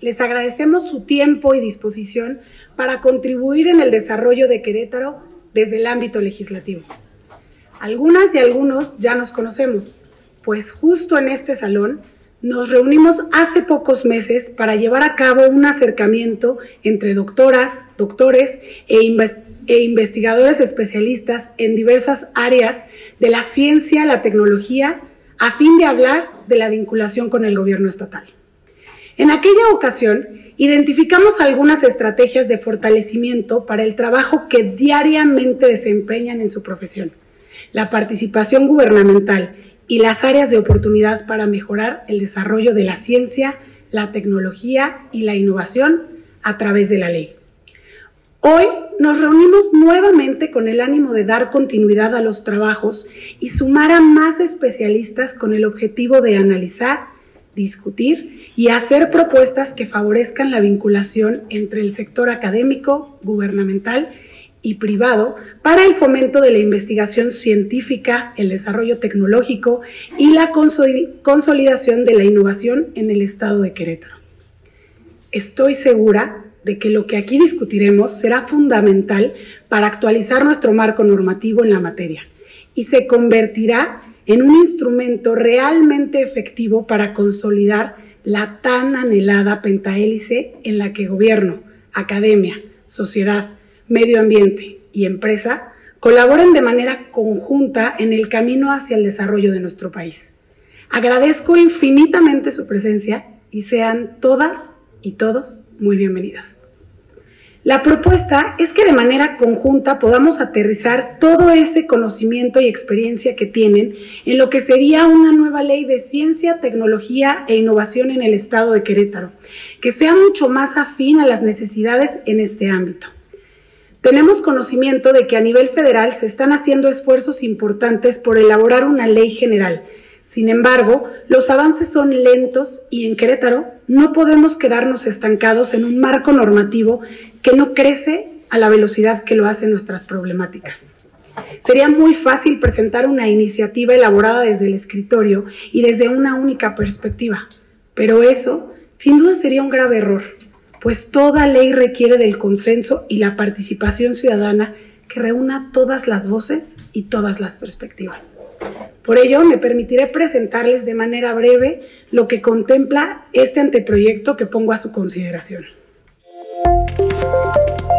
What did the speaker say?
les agradecemos su tiempo y disposición para contribuir en el desarrollo de Querétaro desde el ámbito legislativo. Algunas y algunos ya nos conocemos, pues justo en este salón nos reunimos hace pocos meses para llevar a cabo un acercamiento entre doctoras, doctores e investigadores especialistas en diversas áreas de la ciencia, la tecnología, a fin de hablar de la vinculación con el gobierno estatal. En aquella ocasión, identificamos algunas estrategias de fortalecimiento para el trabajo que diariamente desempeñan en su profesión, la participación gubernamental y las áreas de oportunidad para mejorar el desarrollo de la ciencia, la tecnología y la innovación a través de la ley. Hoy nos reunimos nuevamente con el ánimo de dar continuidad a los trabajos y sumar a más especialistas con el objetivo de analizar, discutir y hacer propuestas que favorezcan la vinculación entre el sector académico, gubernamental y privado para el fomento de la investigación científica, el desarrollo tecnológico y la consolidación de la innovación en el estado de Querétaro. Estoy segura de que lo que aquí discutiremos será fundamental para actualizar nuestro marco normativo en la materia y se convertirá en un instrumento realmente efectivo para consolidar la tan anhelada pentahélice en la que gobierno, academia, sociedad, medio ambiente y empresa colaboren de manera conjunta en el camino hacia el desarrollo de nuestro país. Agradezco infinitamente su presencia y sean todas y todos muy bienvenidos. La propuesta es que de manera conjunta podamos aterrizar todo ese conocimiento y experiencia que tienen en lo que sería una nueva ley de ciencia, tecnología e innovación en el estado de Querétaro, que sea mucho más afín a las necesidades en este ámbito. Tenemos conocimiento de que a nivel federal se están haciendo esfuerzos importantes por elaborar una ley general. Sin embargo, los avances son lentos y en Querétaro no podemos quedarnos estancados en un marco normativo que no crece a la velocidad que lo hacen nuestras problemáticas. Sería muy fácil presentar una iniciativa elaborada desde el escritorio y desde una única perspectiva, pero eso sin duda sería un grave error, pues toda ley requiere del consenso y la participación ciudadana que reúna todas las voces y todas las perspectivas. Por ello, me permitiré presentarles de manera breve lo que contempla este anteproyecto que pongo a su consideración.